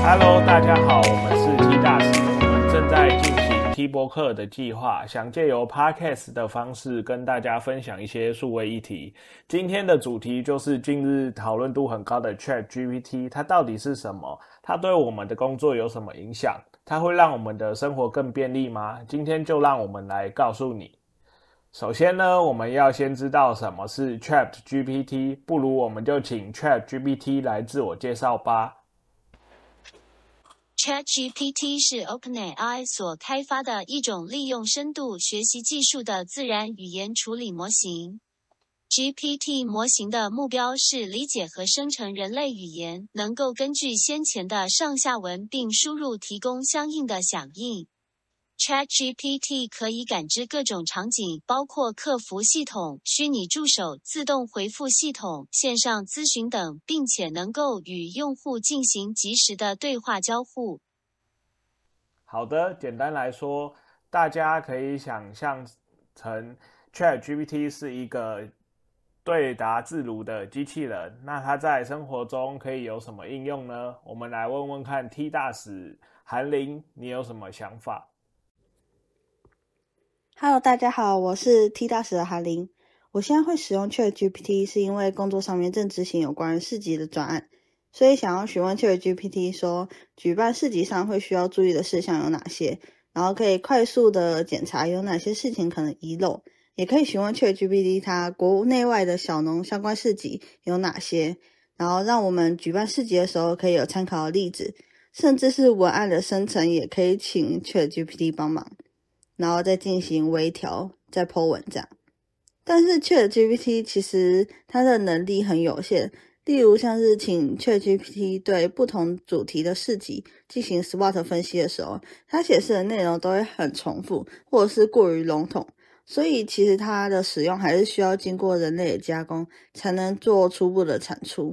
Hello， 大家好，我们是 T 大使，我们正在进行 T 播客的计划，想借由 Podcast 的方式跟大家分享一些数位议题。今天的主题就是近日讨论度很高的 ChatGPT， 它到底是什么？它对我们的工作有什么影响？它会让我们的生活更便利吗？今天就让我们来告诉你。首先呢，我们要先知道什么是 ChatGPT， 不如我们就请 ChatGPT 来自我介绍吧。 ChatGPT 是 OpenAI 所开发的一种利用深度学习技术的自然语言处理模型。GPT 模型的目标是理解和生成人类语言，能够根据先前的上下文并输入提供相应的响应。ChatGPT 可以感知各种场景，包括客服系统、虚拟助手、自动回复系统、线上咨询等，并且能够与用户进行即时的对话交互。 好的，简单来说，大家可以想象成 ChatGPT 是一个对答自如的机器人。那它在生活中可以有什么应用呢？我们来问问看 T 大使韩林，你有什么想法 Hello， 大家好，我是 T 大使的韩林。我现在会使用 ChatGPT 是因为工作上面正执行有关市集的专案，所以想要询问 ChatGPT 说，举办市集上会需要注意的事项有哪些，然后可以快速的检查有哪些事情可能遗漏，也可以询问 ChatGPT 它国内外的小农相关市集有哪些，然后让我们举办市集的时候可以有参考的例子，甚至是文案的生成也可以请 ChatGPT 帮忙。然后再进行微调，再 po 文这样。但是 ChatGPT 其实它的能力很有限，例如像是请 ChatGPT 对不同主题的市集进行 SWOT 分析的时候，它显示的内容都会很重复，或者是过于笼统，所以其实它的使用还是需要经过人类的加工，才能做初步的产出。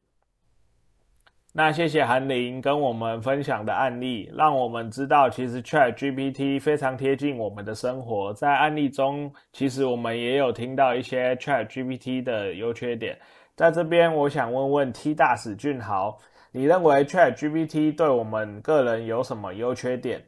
那谢谢韩林跟我们分享的案例，让我们知道其实 ChatGPT 非常贴近我们的生活。在案例中，其实我们也有听到一些 ChatGPT 的优缺点。在这边，我想问问 T 大使俊豪，你认为 ChatGPT 对我们个人有什么优缺点？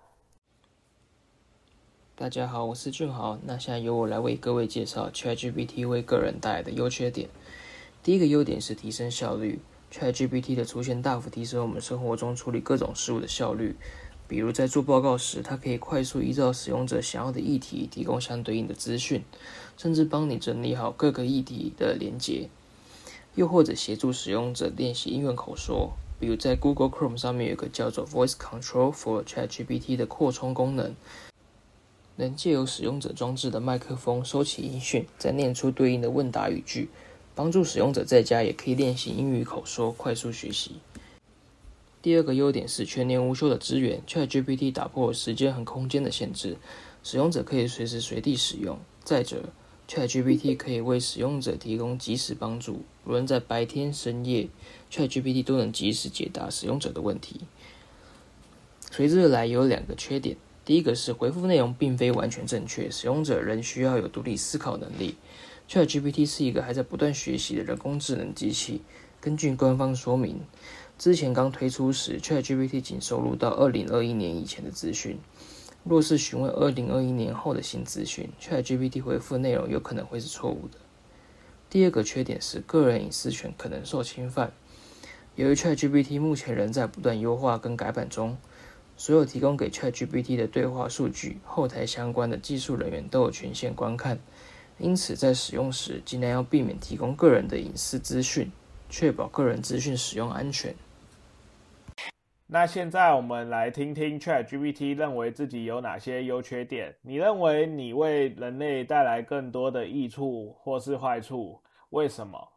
大家好，我是俊豪。那现在由我来为各位介绍 ChatGPT 为个人带来的优缺点。第一个优点是提升效率。ChatGPT 的出现大幅提升我们生活中处理各种事务的效率，比如在做报告时，它可以快速依照使用者想要的议题提供相对应的资讯，甚至帮你整理好各个议题的连结，又或者协助使用者练习英文口说。比如在 Google Chrome 上面有一个叫做 Voice Control for ChatGPT 的扩充功能，能借由使用者装置的麦克风收起音讯，再念出对应的问答语句，帮助使用者在家也可以练习英语口说，快速学习。第二个优点是全年无休的支援。 ChatGPT 打破了时间和空间的限制，使用者可以随时随地使用。再者， ChatGPT 可以为使用者提供即时帮助，无论在白天深夜， ChatGPT 都能及时解答使用者的问题。随之而来也有两个缺点。第一个是回复内容并非完全正确，使用者仍需要有独立思考能力。ChatGPT 是一个还在不断学习的人工智能机器。根据官方说明，之前刚推出时 ChatGPT 仅收录到2021年以前的资讯，若是询问2021年后的新资讯， ChatGPT 回复的内容有可能会是错误的。第二个缺点是个人隐私权可能受侵犯。由于 ChatGPT 目前仍在不断优化跟改版中，所有提供给 ChatGPT 的对话数据，后台相关的技术人员都有权限观看，因此在使用时尽量要避免提供个人的隐私资讯，确保个人资讯使用安全。 那现在我们来听听 ChatGPT 认为自己有哪些优缺点。你认为你为人类带来更多的益处或是坏处？为什么？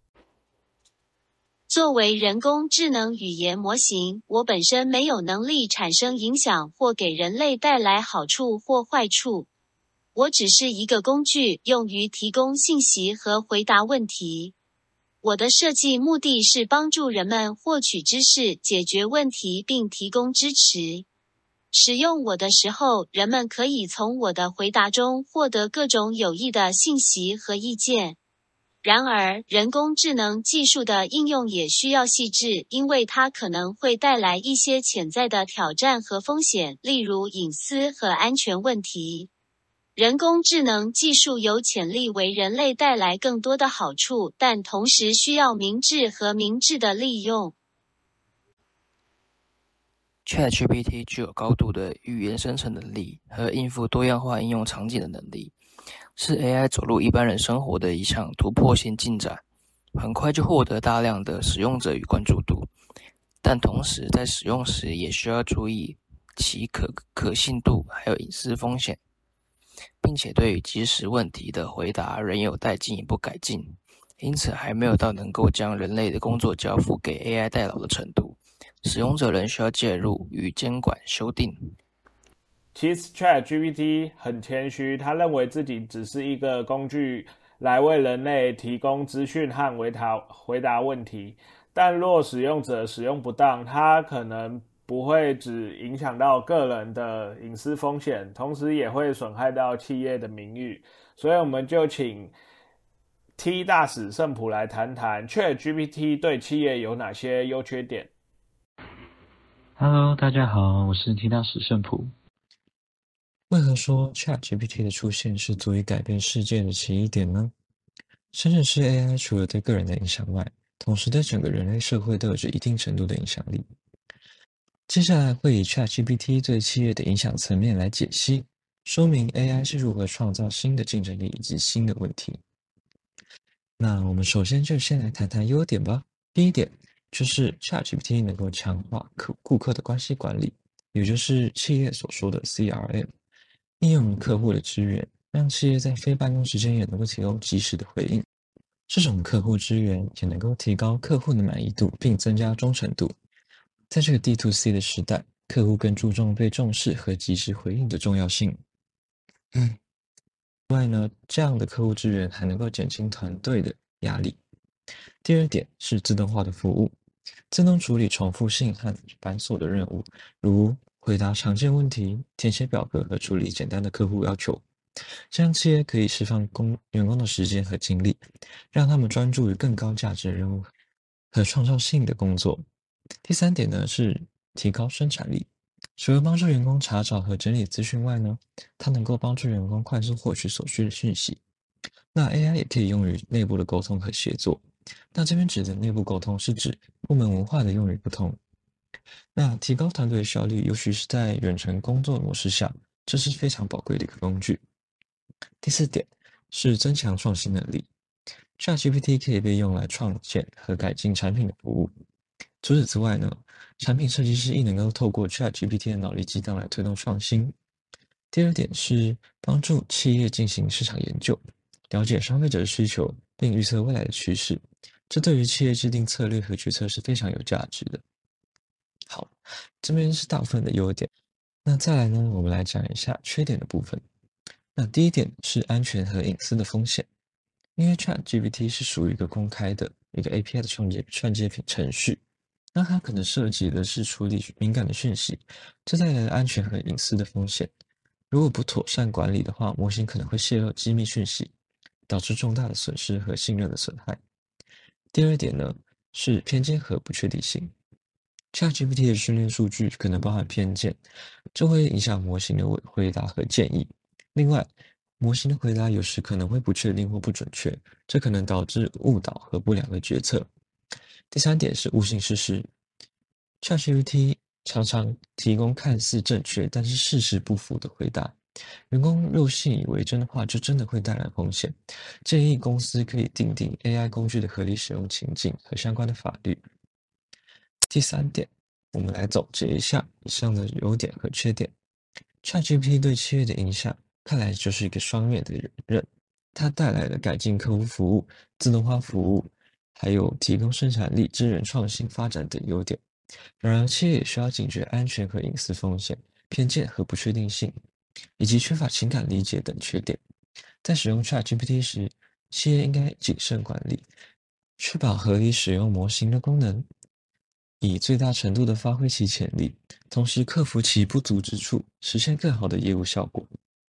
作为人工智能语言模型，我本身没有能力产生影响或给人类带来好处或坏处。我只是一个工具，用于提供信息和回答问题。我的设计目的是帮助人们获取知识、解决问题并提供支持。使用我的时候，人们可以从我的回答中获得各种有益的信息和意见。 然而，人工智能技术的应用也需要细致，因为它可能会带来一些潜在的挑战和风险，例如隐私和安全问题。人工智能技术有潜力为人类带来更多的好处，但同时需要明智和明智的利用。 ChatGPT 具有高度的语言生成能力和应付多样化应用场景的能力，是 AI 走入一般人生活的一项突破性进展，很快就获得大量的使用者与关注度，但同时在使用时也需要注意其可信度还有隐私风险，并且对于即时问题的回答仍有待进一步改进，因此还没有到能够将人类的工作交付给 AI 代劳的程度，使用者仍需要介入与监管修订。 其实 ChatGPT 很谦虚，他认为自己只是一个工具，来为人类提供资讯和回答问题。但若使用者使用不当，它可能不会只影响到个人的隐私风险，同时也会损害到企业的名誉。所以我们就请 T 大使圣普来谈谈 ChatGPT 对企业有哪些优缺点。 Hello， 大家好，我是 T 大使圣普。为何说 ChatGPT 的出现是足以改变世界的奇异点呢？生成式 AI 除了对个人的影响外，同时对整个人类社会都有着一定程度的影响力。接下来会以 ChatGPT 对企业的影响层面来解析，说明 AI 是如何创造新的竞争力以及新的问题。那我们首先就先来谈谈优点吧。第一点就是 ChatGPT 能够强化顾客的关系管理，也就是企业所说的 CRM。应用客户的资源，让企业在非办公时间也能够提供及时的回应。这种客户资源也能够提高客户的满意度，并增加忠诚度。在这个 D2C 的时代，客户更注重被重视和及时回应的重要性。另外呢，这样的客户资源还能够减轻团队的压力。第二点是自动化的服务，自动处理重复性和繁琐的任务，如回答常见问题、填写表格和处理简单的客户要求，这样企业可以释放员工的时间和精力，让他们专注于更高价值的任务和创造性的工作。第三点呢是提高生产力，除了帮助员工查找和整理资讯外呢，它能够帮助员工快速获取所需的讯息。那 AI 也可以用于内部的沟通和协作。那这边指的内部沟通是指部门文化的用语不同。那提高团队的效率，尤其是在远程工作模式下，这是非常宝贵的一个工具。第四点是增强创新能力。ChatGPT 可以被用来创建和改进产品的服务。除此之外呢，产品设计师亦能够透过 ChatGPT 的脑力激荡来推动创新。第二点是帮助企业进行市场研究，了解消费者的需求，并预测未来的趋势。这对于企业制定策略和决策是非常有价值的。好，这边是大部分的优点。那再来呢，我们来讲一下缺点的部分。那第一点是安全和隐私的风险。因为 ChatGPT 是属于一个公开的一个 API 的串接程序，那它可能涉及的是处理敏感的讯息，这带来了安全和隐私的风险。如果不妥善管理的话，模型可能会泄露机密讯息，导致重大的损失和信任的损害。第二点呢，是偏见和不确定性。ChatGPT 的训练数据可能包含偏见，这会影响模型的回答和建议。另外，模型的回答有时可能会不确定或不准确，这可能导致误导和不良的决策。第三点是误信事实。ChatGPT 常常提供看似正确，但是事实不符的回答。员工若信以为真的话，就真的会带来风险。建议公司可以订定 AI 工具的合理使用情境和相关的法律。第三点，我们来总结一下以上的优点和缺点。ChatGPT 对企业的影响看来就是一个双面的刃，它带来了改进客户服务、自动化服务，还有提供生产力、支援创新发展等优点。然而，企业也需要警觉安全和隐私风险、偏见和不确定性，以及缺乏情感理解等缺点。在使用 ChatGPT 时，企业应该谨慎管理，确保合理使用模型的功能，以最大程度地发挥其潜力，同时克服其不足之处，实现更好的业务效果。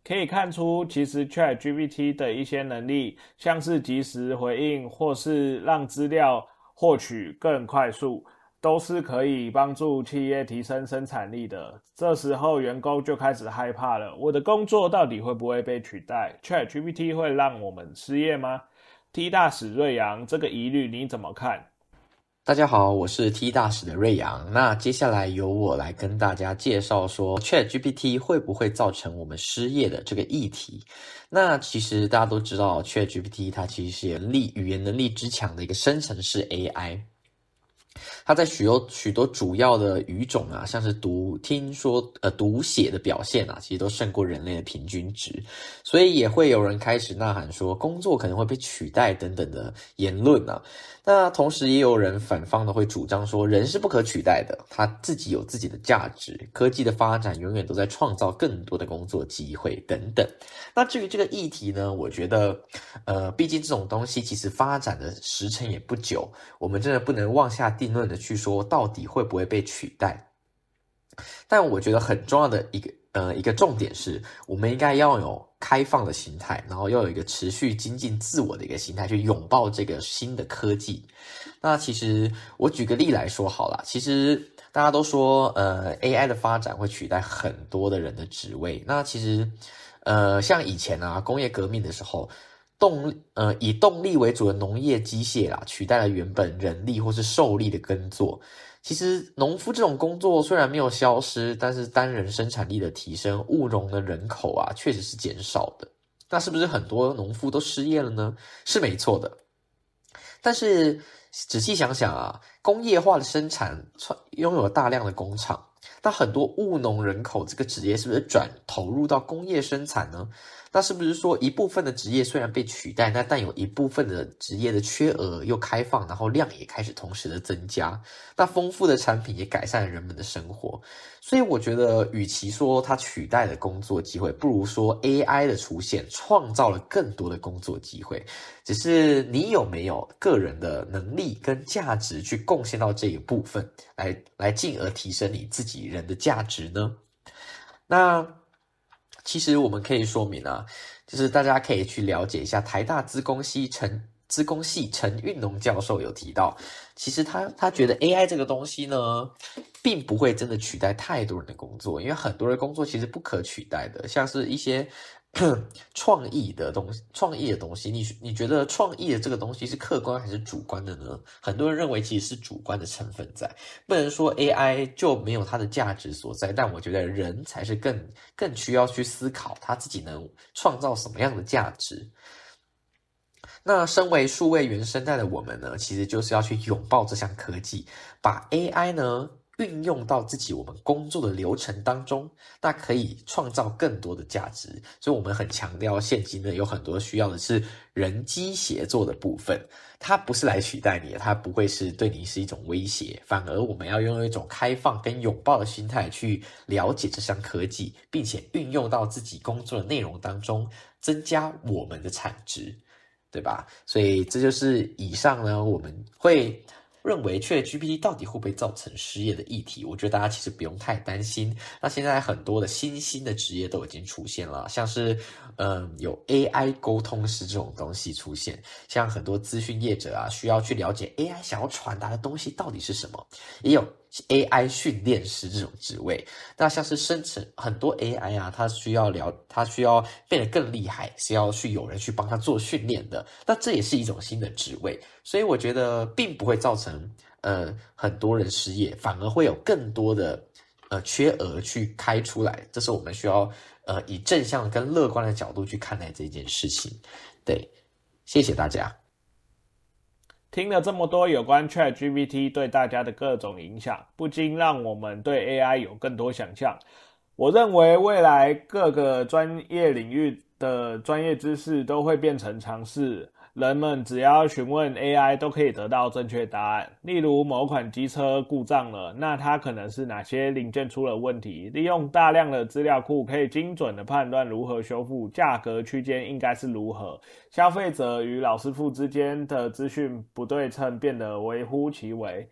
可以看出其实 ChatGPT 的一些能力，像是即时回应或是让资料获取更快速，都是可以帮助企业提升生产力的。这时候员工就开始害怕了，我的工作到底会不会被取代？ ChatGPT 会让我们失业吗？ T 大使瑞阳，这个疑虑你怎么看？ 大家好，我是 T 大使的瑞阳。那接下来由我来跟大家介绍说 ChatGPT 会不会造成我们失业的这个议题。那其实大家都知道 ChatGPT 它其实是语言能力之强的一个生成式 AI。它在许多主要的语种啊，像是读写的表现啊，其实都胜过人类的平均值，所以也会有人开始呐喊说工作可能会被取代等等的言论啊。那同时也有人反方的会主张说人是不可取代的，他自己有自己的价值，科技的发展永远都在创造更多的工作机会等等。那至于这个议题呢，我觉得毕竟这种东西其实发展的时程也不久，我们真的不能妄下定论的去说到底会不会被取代。但我觉得很重要的一个重点是，我们应该要有开放的心态，然后要有一个持续精进自我的一个心态，去拥抱这个新的科技。那其实我举个例来说好了，其实大家都说AI 的发展会取代很多的人的职位。那其实像以前啊工业革命的时候，以动力为主的农业机械啦，取代了原本人力或是兽力的耕作。其实农夫这种工作虽然没有消失，但是单人生产力的提升，务农的人口啊确实是减少的。那是不是很多农夫都失业了呢？是没错的。但是仔细想想啊，工业化的生产拥有大量的工厂，那很多务农人口这个职业是不是投入到工业生产呢？那是不是说一部分的职业虽然被取代，但有一部分的职业的缺额又开放，然后量也开始同时的增加，那丰富的产品也改善了人们的生活。所以我觉得与其说它取代了工作机会，不如说 AI 的出现创造了更多的工作机会，只是你有没有个人的能力跟价值去贡献到这一部分，来进而提升你自己人的价值呢？那其实我们可以说明啊，就是大家可以去了解一下台大资工系陈运农教授有提到，其实他觉得 AI 这个东西呢，并不会真的取代太多人的工作，因为很多的工作其实不可取代的，像是一些创意的东西，你觉得创意的这个东西是客观还是主观的呢？很多人认为其实是主观的成分在，不能说 AI 就没有它的价值所在，但我觉得人才是更需要去思考他自己能创造什么样的价值。那身为数位原生代的我们呢，其实就是要去拥抱这项科技，把 AI 呢运用到我们工作的流程当中，那可以创造更多的价值。所以我们很强调现今呢有很多需要的是人机协作的部分，它不是来取代你的，它不会是对你是一种威胁，反而我们要拥有一种开放跟拥抱的心态去了解这项科技，并且运用到自己工作的内容当中，增加我们的产值，对吧？所以这就是以上呢我们会认为 ChatGPT 到底会不会造成失业的议题，我觉得大家其实不用太担心。那现在很多的新兴的职业都已经出现了，像是有 AI 沟通师这种东西出现，像很多资讯业者啊需要去了解 AI 想要传达的东西到底是什么，也有 AI 训练师这种职位。那像是生成很多 AI 啊，它需要变得更厉害，是要去有人去帮他做训练的，那这也是一种新的职位。所以我觉得并不会造成很多人失业，反而会有更多的缺额去开出来，这是我们需要以正向跟乐观的角度去看待这件事情。对，谢谢大家。 听了这么多有关 ChatGPT 对大家的各种影响，不禁让我们对 AI 有更多想象。我认为未来各个专业领域的专业知识都会变成常识，人们只要询问 AI 都可以得到正确答案。例如某款机车故障了，那它可能是哪些零件出了问题，利用大量的资料库可以精准的判断如何修复，价格区间应该是如何，消费者与老师傅之间的资讯不对称变得微乎其微。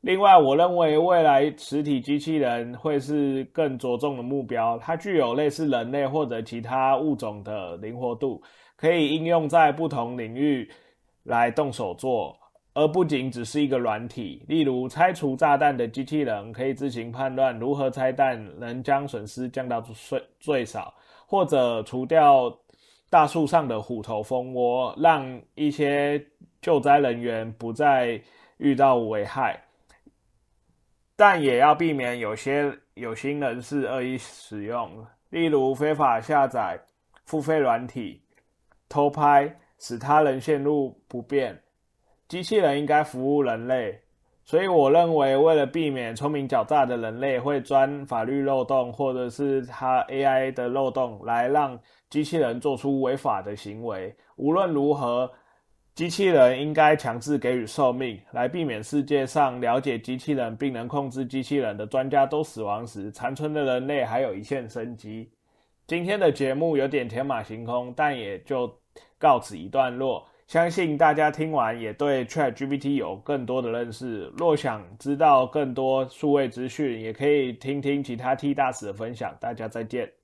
另外，我认为未来实体机器人会是更着重的目标，它具有类似人类或者其他物种的灵活度，可以应用在不同领域来动手做，而不仅只是一个软体。例如，拆除炸弹的机器人可以自行判断如何拆弹能将损失降到最少，或者除掉大树上的虎头蜂窝，让一些救灾人员不再遇到危害。但也要避免有些有心人士恶意使用，例如非法下载付费软体、偷拍，使他人陷入不便。机器人应该服务人类，所以我认为为了避免聪明狡诈的人类会钻法律漏洞或者是他 AI 的漏洞来让机器人做出违法的行为，无论如何机器人应该强制给予寿命，来避免世界上了解机器人并能控制机器人的专家都死亡时，残存的人类还有一线生机。今天的节目有点天马行空，但也就告此一段落。相信大家听完也对 ChatGPT 有更多的认识。若想知道更多数位资讯，也可以听听其他 T 大使的分享。大家再见。